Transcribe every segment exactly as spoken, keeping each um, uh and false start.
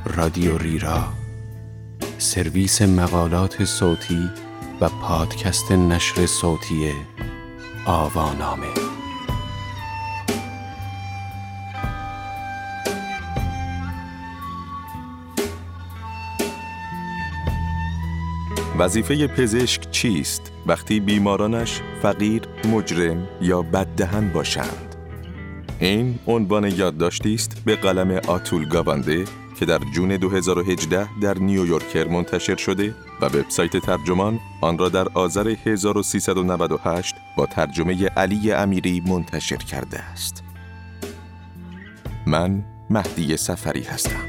رادیو ریرا، سرویس مقالات صوتی و پادکست نشر صوتی آوانامه. وظیفه پزشک چیست وقتی بیمارانش فقیر، مجرم یا بددهن باشند؟ این عنوان یادداشتی است به قلم آتول گاوانده که در جون دو هزار و هجده در نیویورکر منتشر شده و وبسایت ترجمان آن را در آذر هزار و سیصد و نود و هشت با ترجمه علی امیری منتشر کرده است. من مهدی سفری هستم.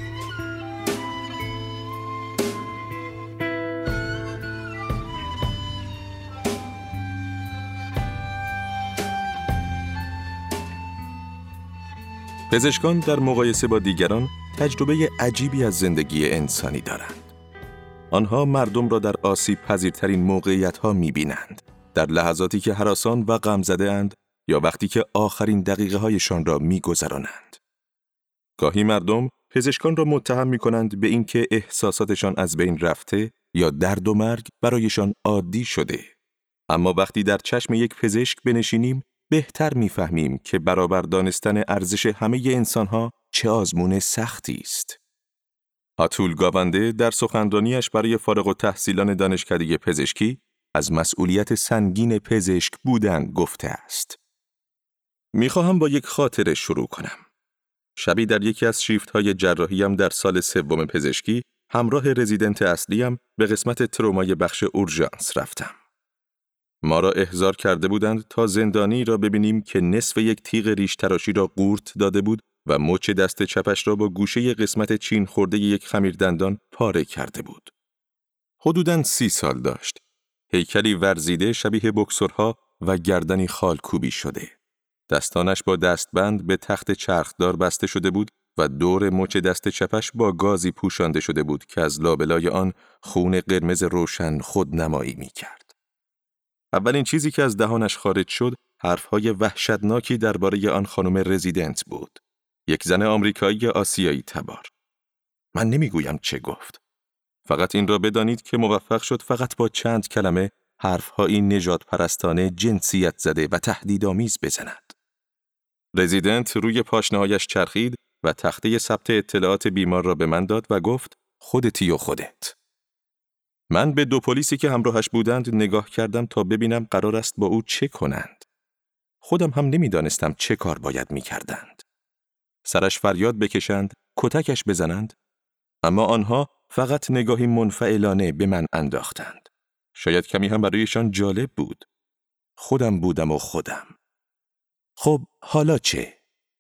پزشکان در مقایسه با دیگران تجربه عجیبی از زندگی انسانی دارند. آنها مردم را در آسیب پذیرترین موقعیت‌ها می‌بینند، در لحظاتی که هراسان و غمزده اند یا وقتی که آخرین دقیقه‌هایشان را می‌گذرانند. گاهی مردم پزشکان را متهم می‌کنند به اینکه احساساتشان از بین رفته یا درد و مرگ برایشان عادی شده. اما وقتی در چشم یک پزشک بنشینیم، بهتر می‌فهمیم که برابر دانستن ارزش همه انسان‌ها چه آزمون سختی است. آتول گاوانده در سخنرانیش برای فارغ التحصیلان دانشکده پزشکی از مسئولیت سنگین پزشک بودن گفته است. می‌خواهم با یک خاطره شروع کنم. شبی در یکی از شیفت‌های جراحی‌ام در سال سوم پزشکی همراه رزیدنت اصلیم به قسمت ترومای بخش اورژانس رفتم. ما را احضار کرده بودند تا زندانی را ببینیم که نصف یک تیغ ریش تراشی را قورت داده بود و مچ دست چپش را با گوشه قسمت چین خورده یک خمیردندان پاره کرده بود. حدوداً سی سال داشت. هیکلی ورزیده شبیه بوکسورها و گردنی خالکوبی شده. دستانش با دستبند به تخت چرخدار بسته شده بود و دور مچ دست چپش با گازی پوشانده شده بود که از لابلای آن خون قرمز روشن خودنمایی می‌کرد. اولین چیزی که از دهانش خارج شد، حرفهای وحشتناکی درباره آن خانم رزیدنت بود. یک زن آمریکایی آسیایی تبار. من نمیگویم چه گفت. فقط این را بدانید که موفق شد فقط با چند کلمه حرفهایی نژاد پرستانه، جنسیت زده و تهدیدآمیز بزند. رزیدنت روی پاشنهایش چرخید و تخته ثبت اطلاعات بیمار را به من داد و گفت خودتی و خودت. من به دو پلیسی که همراهش بودند نگاه کردم تا ببینم قرار است با او چه کنند. خودم هم نمیدانستم چه کار باید میکردند. سرش فریاد بکشند، کتکش بزنند. اما آنها فقط نگاهی منفعلانه به من انداختند. شاید کمی هم برایشان جالب بود. خودم بودم و خودم. خب حالا چه؟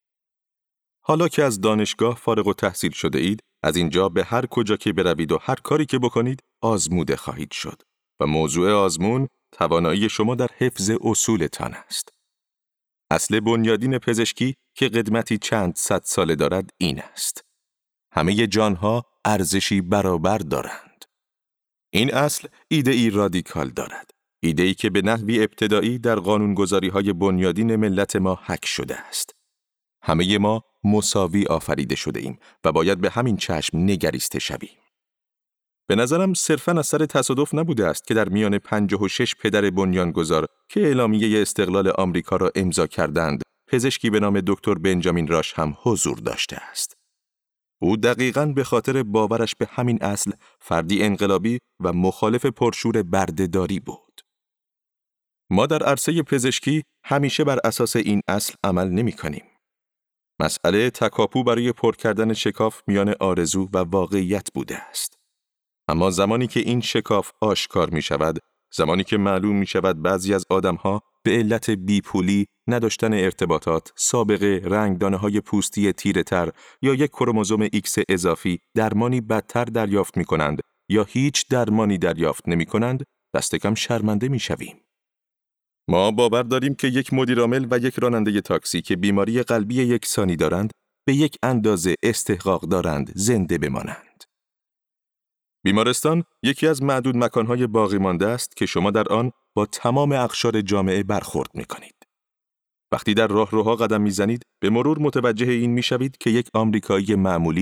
حالا که از دانشگاه فارغ التحصیل شده اید، از اینجا به هر کجا که بروید و هر کاری که بکنید آزموده خواهید شد و موضوع آزمون توانایی شما در حفظ اصولتان است. اصل بنیادین پزشکی که قدمتی چند صد ساله دارد این است: همه جانها ارزشی برابر دارند. این اصل ایده ای رادیکال دارد، ایده ای که به نحوی ابتدایی در قانونگذاری‌های بنیادین ملت ما حک شده است. همه ما مساوی آفریده شده ایم و باید به همین چشم نگریسته شویم. به نظرم صرفاً اثر تصادف نبوده است که در میان پنجاه و شش پدر بنیانگذار که اعلامیه استقلال آمریکا را امضا کردند، پزشکی به نام دکتر بنجامین راش هم حضور داشته است. او دقیقاً به خاطر باورش به همین اصل فردی انقلابی و مخالف پرشور بردهداری بود. ما در عرصه پزشکی همیشه بر اساس این اصل عمل نمی‌کنیم. مسئله تکاپو برای پر کردن شکاف میان آرزو و واقعیت بوده است. اما زمانی که این شکاف آشکار می شود، زمانی که معلوم می شود بعضی از آدمها به علت بیپولی، نداشتن ارتباطات، سابقه، رنگدانه‌های پوستی تیره تر یا یک کروموزوم ایکس اضافی درمانی بدتر دریافت می کنند یا هیچ درمانی دریافت نمی کنند، دست کم شرمنده می شویم. ما باور داریم که یک مدیرعامل و یک راننده تاکسی که بیماری قلبی یکسانی دارند، به یک اندازه استحقاق دارند زنده بمانند. بیمارستان یکی از معدود مکانهای باقی مانده است که شما در آن با تمام اقشار جامعه برخورد می‌کنید. وقتی در راهروها قدم می‌زنید، به مرور متوجه این می‌شوید که یک آمریکایی معمولی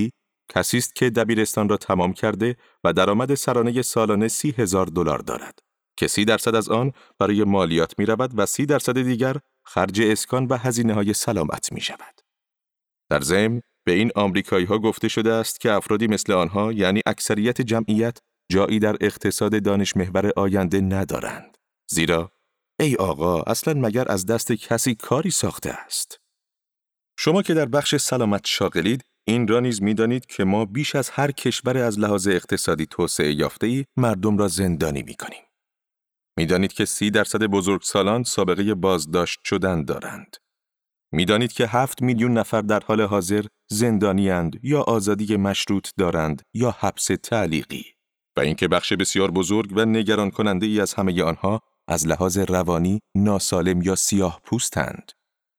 کسی است که دبیرستان را تمام کرده و درآمد سرانه سالانه سی هزار دلار دارد که سی درصد از آن برای مالیات می رود و سی درصد دیگر خرج اسکان و هزینه‌های سلامت می شود. در ضمن به این آمریکایی‌ها گفته شده است که افرادی مثل آنها، یعنی اکثریت جمعیت، جایی در اقتصاد دانش محور آینده ندارند. زیرا ای آقا، اصلاً مگر از دست کسی کاری ساخته است؟ شما که در بخش سلامت شاغلید، این را نیز می‌دانید که ما بیش از هر کشور از لحاظ اقتصادی توسعه یافته‌ای مردم را زندانی می‌کنیم. می‌دانید که سی درصد بزرگسالان سابقه بازداشت شدن دارند. می‌دانید که هفت میلیون نفر در حال حاضر زندانی‌اند یا آزادی مشروط دارند یا حبس تعلیقی و اینکه بخش بسیار بزرگ و نگران کننده ای از همه آنها از لحاظ روانی ناسالم یا سیاه پوستند.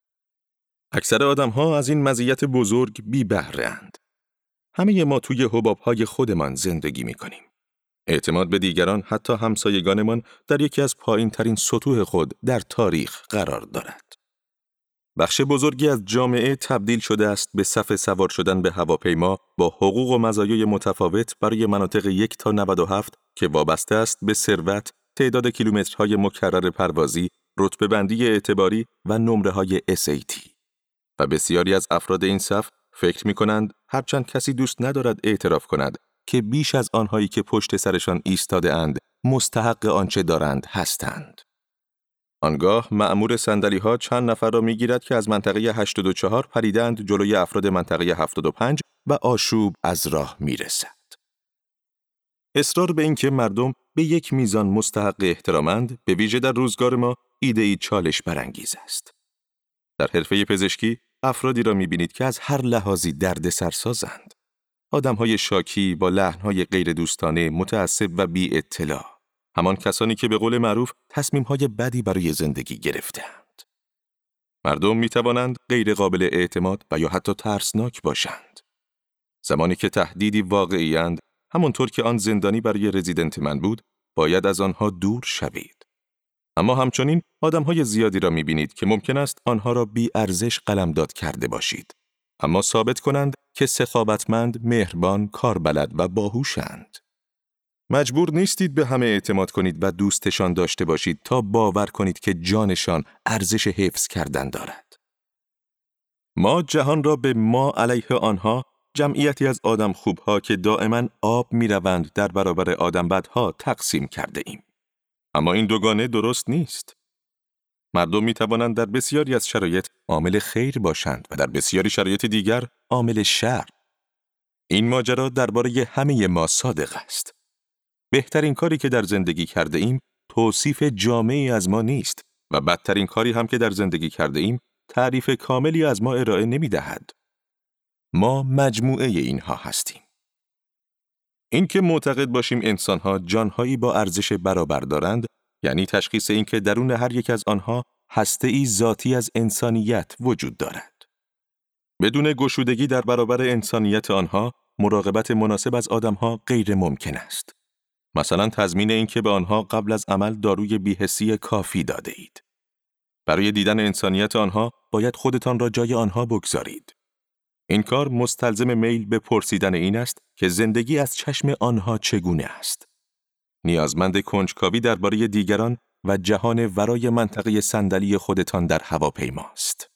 اکثر آدم‌ها از این مزیت بزرگ بی بهره‌اند. همه ما توی حباب‌های خودمان زندگی می‌کنیم. اعتماد به دیگران، حتی همسایگانمان، در یکی از پایین‌ترین سطوح خود در تاریخ قرار دارد. بخش بزرگی از جامعه تبدیل شده است به صف سوار شدن به هواپیما با حقوق و مزایای متفاوت برای مناطق یک تا نود و هفت که وابسته است به ثروت، تعداد کیلومترهای مکرر پروازی، رتبه بندی اعتباری و نمره‌های اس ای تی. و بسیاری از افراد این صف فکر می‌کنند هرچند کسی دوست ندارد اعتراف کند که بیش از آنهایی که پشت سرشان ایستاده اند مستحق آنچه دارند هستند. آنگاه مأمور صندلی‌ها چند نفر را می‌گیرد که از منطقه هشتاد و چهار پریدند جلوی افراد منطقه هفتاد و پنج و آشوب از راه می‌رسد. اصرار به اینکه مردم به یک میزان مستحق احترامند، به ویژه در روزگار ما، ایده‌ای چالش برانگیز است. در حرفه پزشکی افرادی را می‌بینید که از هر لحاظی دردسرسازند. آدم‌های شاکی با لحن‌های غیر دوستانه، متعصب و بی اطلاع. همان کسانی که به قول معروف تصمیم‌های بدی برای زندگی گرفته‌اند. مردم می‌توانند غیر قابل اعتماد و یا حتی ترسناک باشند. زمانی که تهدیدی واقعی‌اند، همانطور که آن زندانی برای رزیدنت من بود، باید از آنها دور شوید. اما همچنین آدم‌های زیادی را می‌بینید که ممکن است آنها را بی ارزش قلمداد کرده باشید، اما ثابت کنند که سخاوتمند، مهربان، کاربلد و باهوشند. مجبور نیستید به همه اعتماد کنید و دوستشان داشته باشید تا باور کنید که جانشان ارزش حفظ کردن دارد. ما جهان را به ما علیه آنها، جمعیتی از آدم خوبها که دائما آب می‌روند در برابر آدم بدها، تقسیم کرده ایم. اما این دوگانه درست نیست. مردم می توانند در بسیاری از شرایط عامل خیر باشند و در بسیاری شرایط دیگر عامل شر. این ماجرا درباره همه ما صادق است. بهترین کاری که در زندگی کرده ایم توصیف جامعی از ما نیست و بدترین کاری هم که در زندگی کرده ایم تعریف کاملی از ما ارائه نمی دهد. ما مجموعه اینها هستیم. این که معتقد باشیم انسانها جانهایی با ارزش برابر دارند، یعنی تشخیص این که درون هر یک از آنها هسته‌ای ذاتی از انسانیت وجود دارد. بدون گشودگی در برابر انسانیت آنها، مراقبت مناسب از آدمها غیر ممکن است. مثلا تضمین این که به آنها قبل از عمل داروی بی‌حسی کافی داده اید. برای دیدن انسانیت آنها باید خودتان را جای آنها بگذارید. این کار مستلزم میل به پرسیدن این است که زندگی از چشم آنها چگونه است. نیازمند کنجکاوی درباره دیگران و جهان ورای منطقه صندلی خودتان در هواپیماست.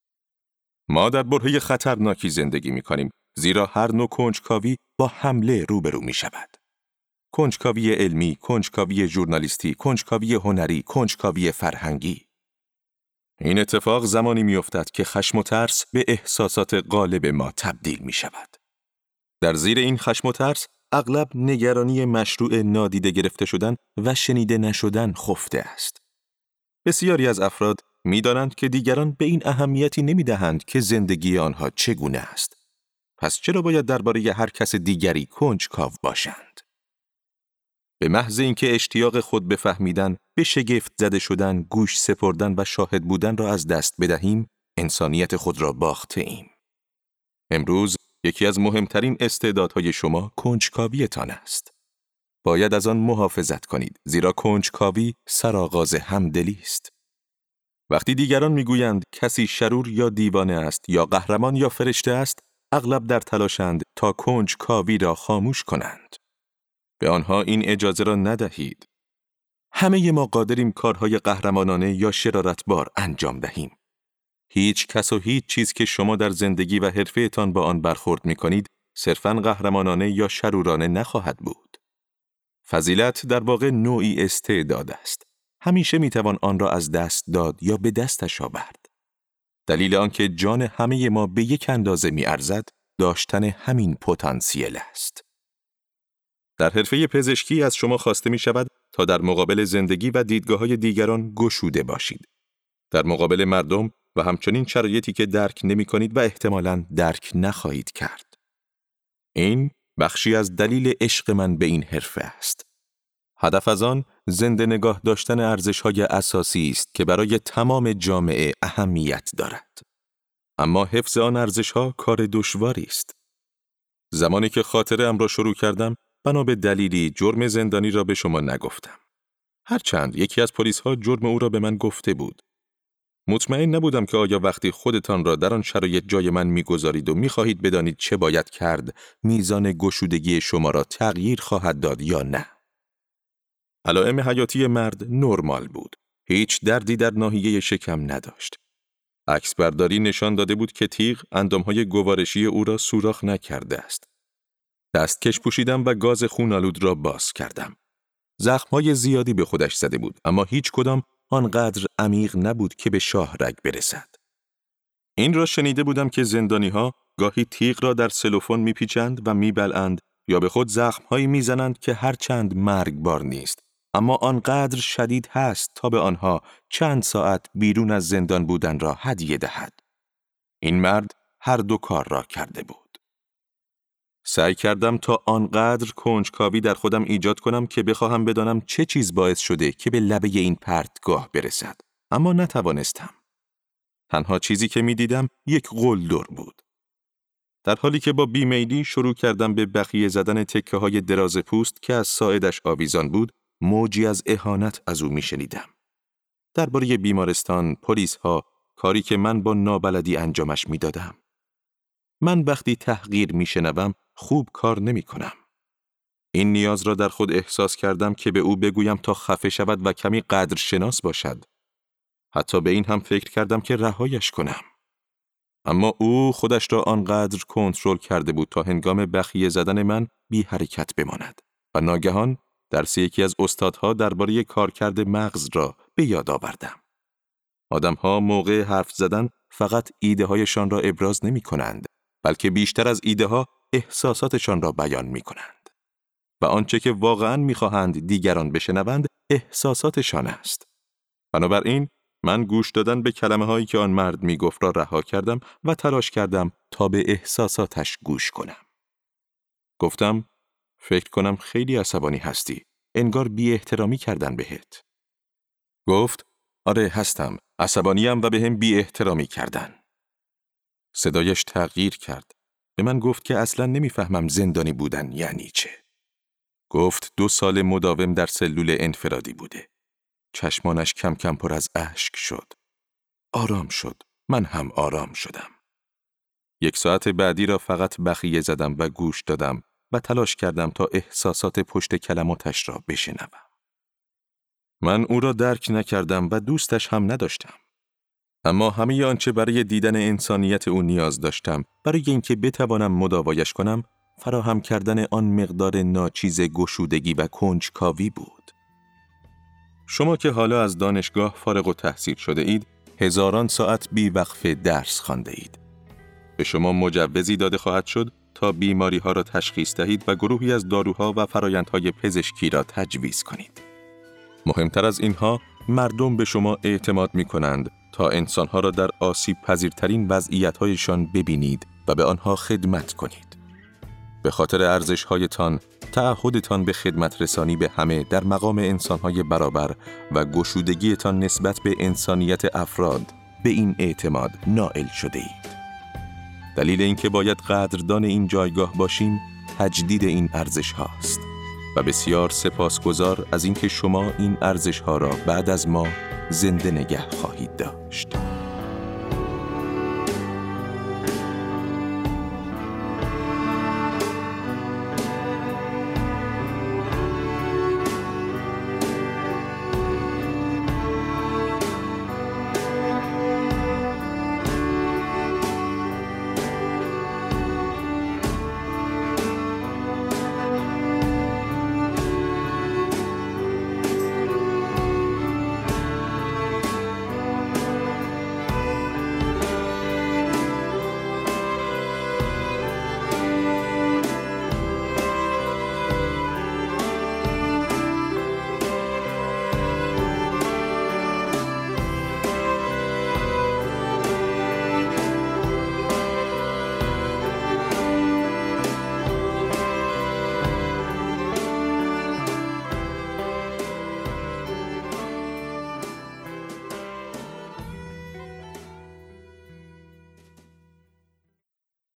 ما در برهه خطرناکی زندگی می‌کنیم، زیرا هر نوع کنجکاوی با حمله روبرو می‌شود. کنجکاوی علمی، کنجکاوی ژورنالیستی، کنجکاوی هنری، کنجکاوی فرهنگی. این اتفاق زمانی می‌افتد که خشم و ترس به احساسات غالب ما تبدیل می‌شود. در زیر این خشم و ترس اغلب نگرانی مشروع نادیده گرفته شدن و شنیده نشدن خفته است. بسیاری از افراد می‌دانند که دیگران به این اهمیتی نمی‌دهند که زندگی آنها چگونه است. پس چرا باید درباره هر کس دیگری کنجکاو باشند؟ به محض اینکه اشتیاق خود به فهمیدن، به شگفت زده شدن، گوش سپردن و شاهد بودن را از دست بدهیم، انسانیت خود را باخته ایم. امروز یکی از مهمترین استعدادهای شما کنجکاویتان است. باید از آن محافظت کنید، زیرا کنجکاوی سرآغاز همدلی است. وقتی دیگران میگویند کسی شرور یا دیوانه است یا قهرمان یا فرشته است، اغلب در تلاشند تا کنج کاوی را خاموش کنند. به آنها این اجازه را ندهید. همه ما قادریم کارهای قهرمانانه یا شرارتبار انجام دهیم. هیچ کس و هیچ چیز که شما در زندگی و حرفه‌تان با آن برخورد می‌کنید، صرفاً قهرمانانه یا شرورانه نخواهد بود. فضیلت در واقع نوعی استعداد است. همیشه می‌توان آن را از دست داد یا به دستش آورد. دلیل آنکه جان همه ما به یک اندازه می‌ارزد، داشتن همین پتانسیل است. در حرفه پزشکی از شما خواسته می‌شود تا در مقابل زندگی و دیدگاه‌های دیگران گشوده باشید. در مقابل مردم و همچنین شرایطی که درک نمی‌کنید و احتمالاً درک نخواهید کرد. این بخشی از دلیل عشق من به این حرفه است. هدف از آن زنده نگاه داشتن ارزش‌های اساسی است که برای تمام جامعه اهمیت دارد. اما حفظ آن ارزش‌ها کار دشواری است. زمانی که خاطره ام را شروع کردم، بنا به دلیلی جرم زندانی را به شما نگفتم. هرچند یکی از پلیس‌ها جرم او را به من گفته بود. مطمئن نبودم که آیا وقتی خودتان را در آن شرایط جای من می‌گذارید و می‌خواهید بدانید چه باید کرد، میزان گشودگی شما را تغییر خواهد داد یا نه. علائم حیاتی مرد نرمال بود. هیچ دردی در ناحیه شکم نداشت. عکس برداری نشان داده بود که تیغ اندام‌های گوارشی او را سوراخ نکرده است. دستکش پوشیدم و گاز خون‌آلود را باز کردم. زخم‌های زیادی به خودش زده بود، اما هیچ کدام آنقدر عمیق نبود که به شاهرگ برسد. این را شنیده بودم که زندانی‌ها گاهی تیغ را در سلوفان می‌پیچند و می‌بلعند یا به خود زخم‌هایی می‌زنند که هرچند مرگبار نیست، اما آنقدر شدید هست تا به آنها چند ساعت بیرون از زندان بودن را هدیه دهد. این مرد هر دو کار را کرده بود. سعی کردم تا آنقدر کنجکاوی در خودم ایجاد کنم که بخواهم بدانم چه چیز باعث شده که به لبه این پرتگاه برسد، اما نتوانستم. تنها چیزی که می دیدم یک قلدر بود. در حالی که با بیمیلی شروع کردم به بخیه زدن تکه های دراز پوست که از ساعدش آویزان بود، موجی از اهانت از او می شنیدم. درباره بیمارستان، پلیس ها، کاری که من با نابلدی انجامش می دادم. من وقتی تحقیر می شنوم خوب کار نمی کنم. این نیاز را در خود احساس کردم که به او بگویم تا خفه شود و کمی قدرشناس باشد. حتی به این هم فکر کردم که رهایش کنم. اما او خودش را آنقدر کنترل کرده بود تا هنگام بخیه زدن من بی حرکت بماند و ناگهان درس یکی از استادها درباره کارکرد مغز را به یاد آوردم. آدم‌ها موقع حرف زدن فقط ایده هایشان را ابراز نمی کنند، بلکه بیشتر از ایده ها احساساتشان را بیان می کنند. و آنچه که واقعاً می خواهند دیگران بشنوند احساساتشان است. بنابراین من گوش دادن به کلمه هایی که آن مرد می گفت را رها کردم و تلاش کردم تا به احساساتش گوش کنم. گفتم فکر کنم خیلی عصبانی هستی. انگار بی احترامی کردن بهت. گفت آره هستم. عصبانیم و به هم بی احترامی کردن. صدایش تغییر کرد. به من گفت که اصلا نمیفهمم زندانی بودن یعنی چه. گفت دو سال مداوم در سلول انفرادی بوده. چشمانش کم کم پر از اشک شد. آرام شد. من هم آرام شدم. یک ساعت بعدی را فقط بخیه زدم و گوش دادم و تلاش کردم تا احساسات پشت کلماتش را بشنوم. من او را درک نکردم و دوستش هم نداشتم. اما همه آنچه برای دیدن انسانیت او نیاز داشتم، برای اینکه بتوانم مداوایش کنم، فراهم کردن آن مقدار ناچیز گشودگی و کنجکاوی بود. شما که حالا از دانشگاه فارغ التحصیل شده اید، هزاران ساعت بی‌وقفه درس خوانده اید. به شما مجوزی داده خواهد شد تا بیماری ها را تشخیص دهید و گروهی از داروها و فرایندهای پزشکی را تجویز کنید. مهمتر از اینها، مردم به شما اعتماد می کنند تا انسانها را در آسیب پذیرترین وضعیت‌هایشان ببینید و به آنها خدمت کنید. به خاطر ارزش‌هایتان، تعهدتان به خدمت رسانی به همه در مقام انسان‌های برابر و گشودگیتان نسبت به انسانیت افراد، به این اعتماد نائل شده اید. دلیل اینکه باید قدردان این جایگاه باشیم، تجدید این ارزش هاست و بسیار سپاسگزار از اینکه شما این ارزش ها را بعد از ما زنده نگه خواهید داشت.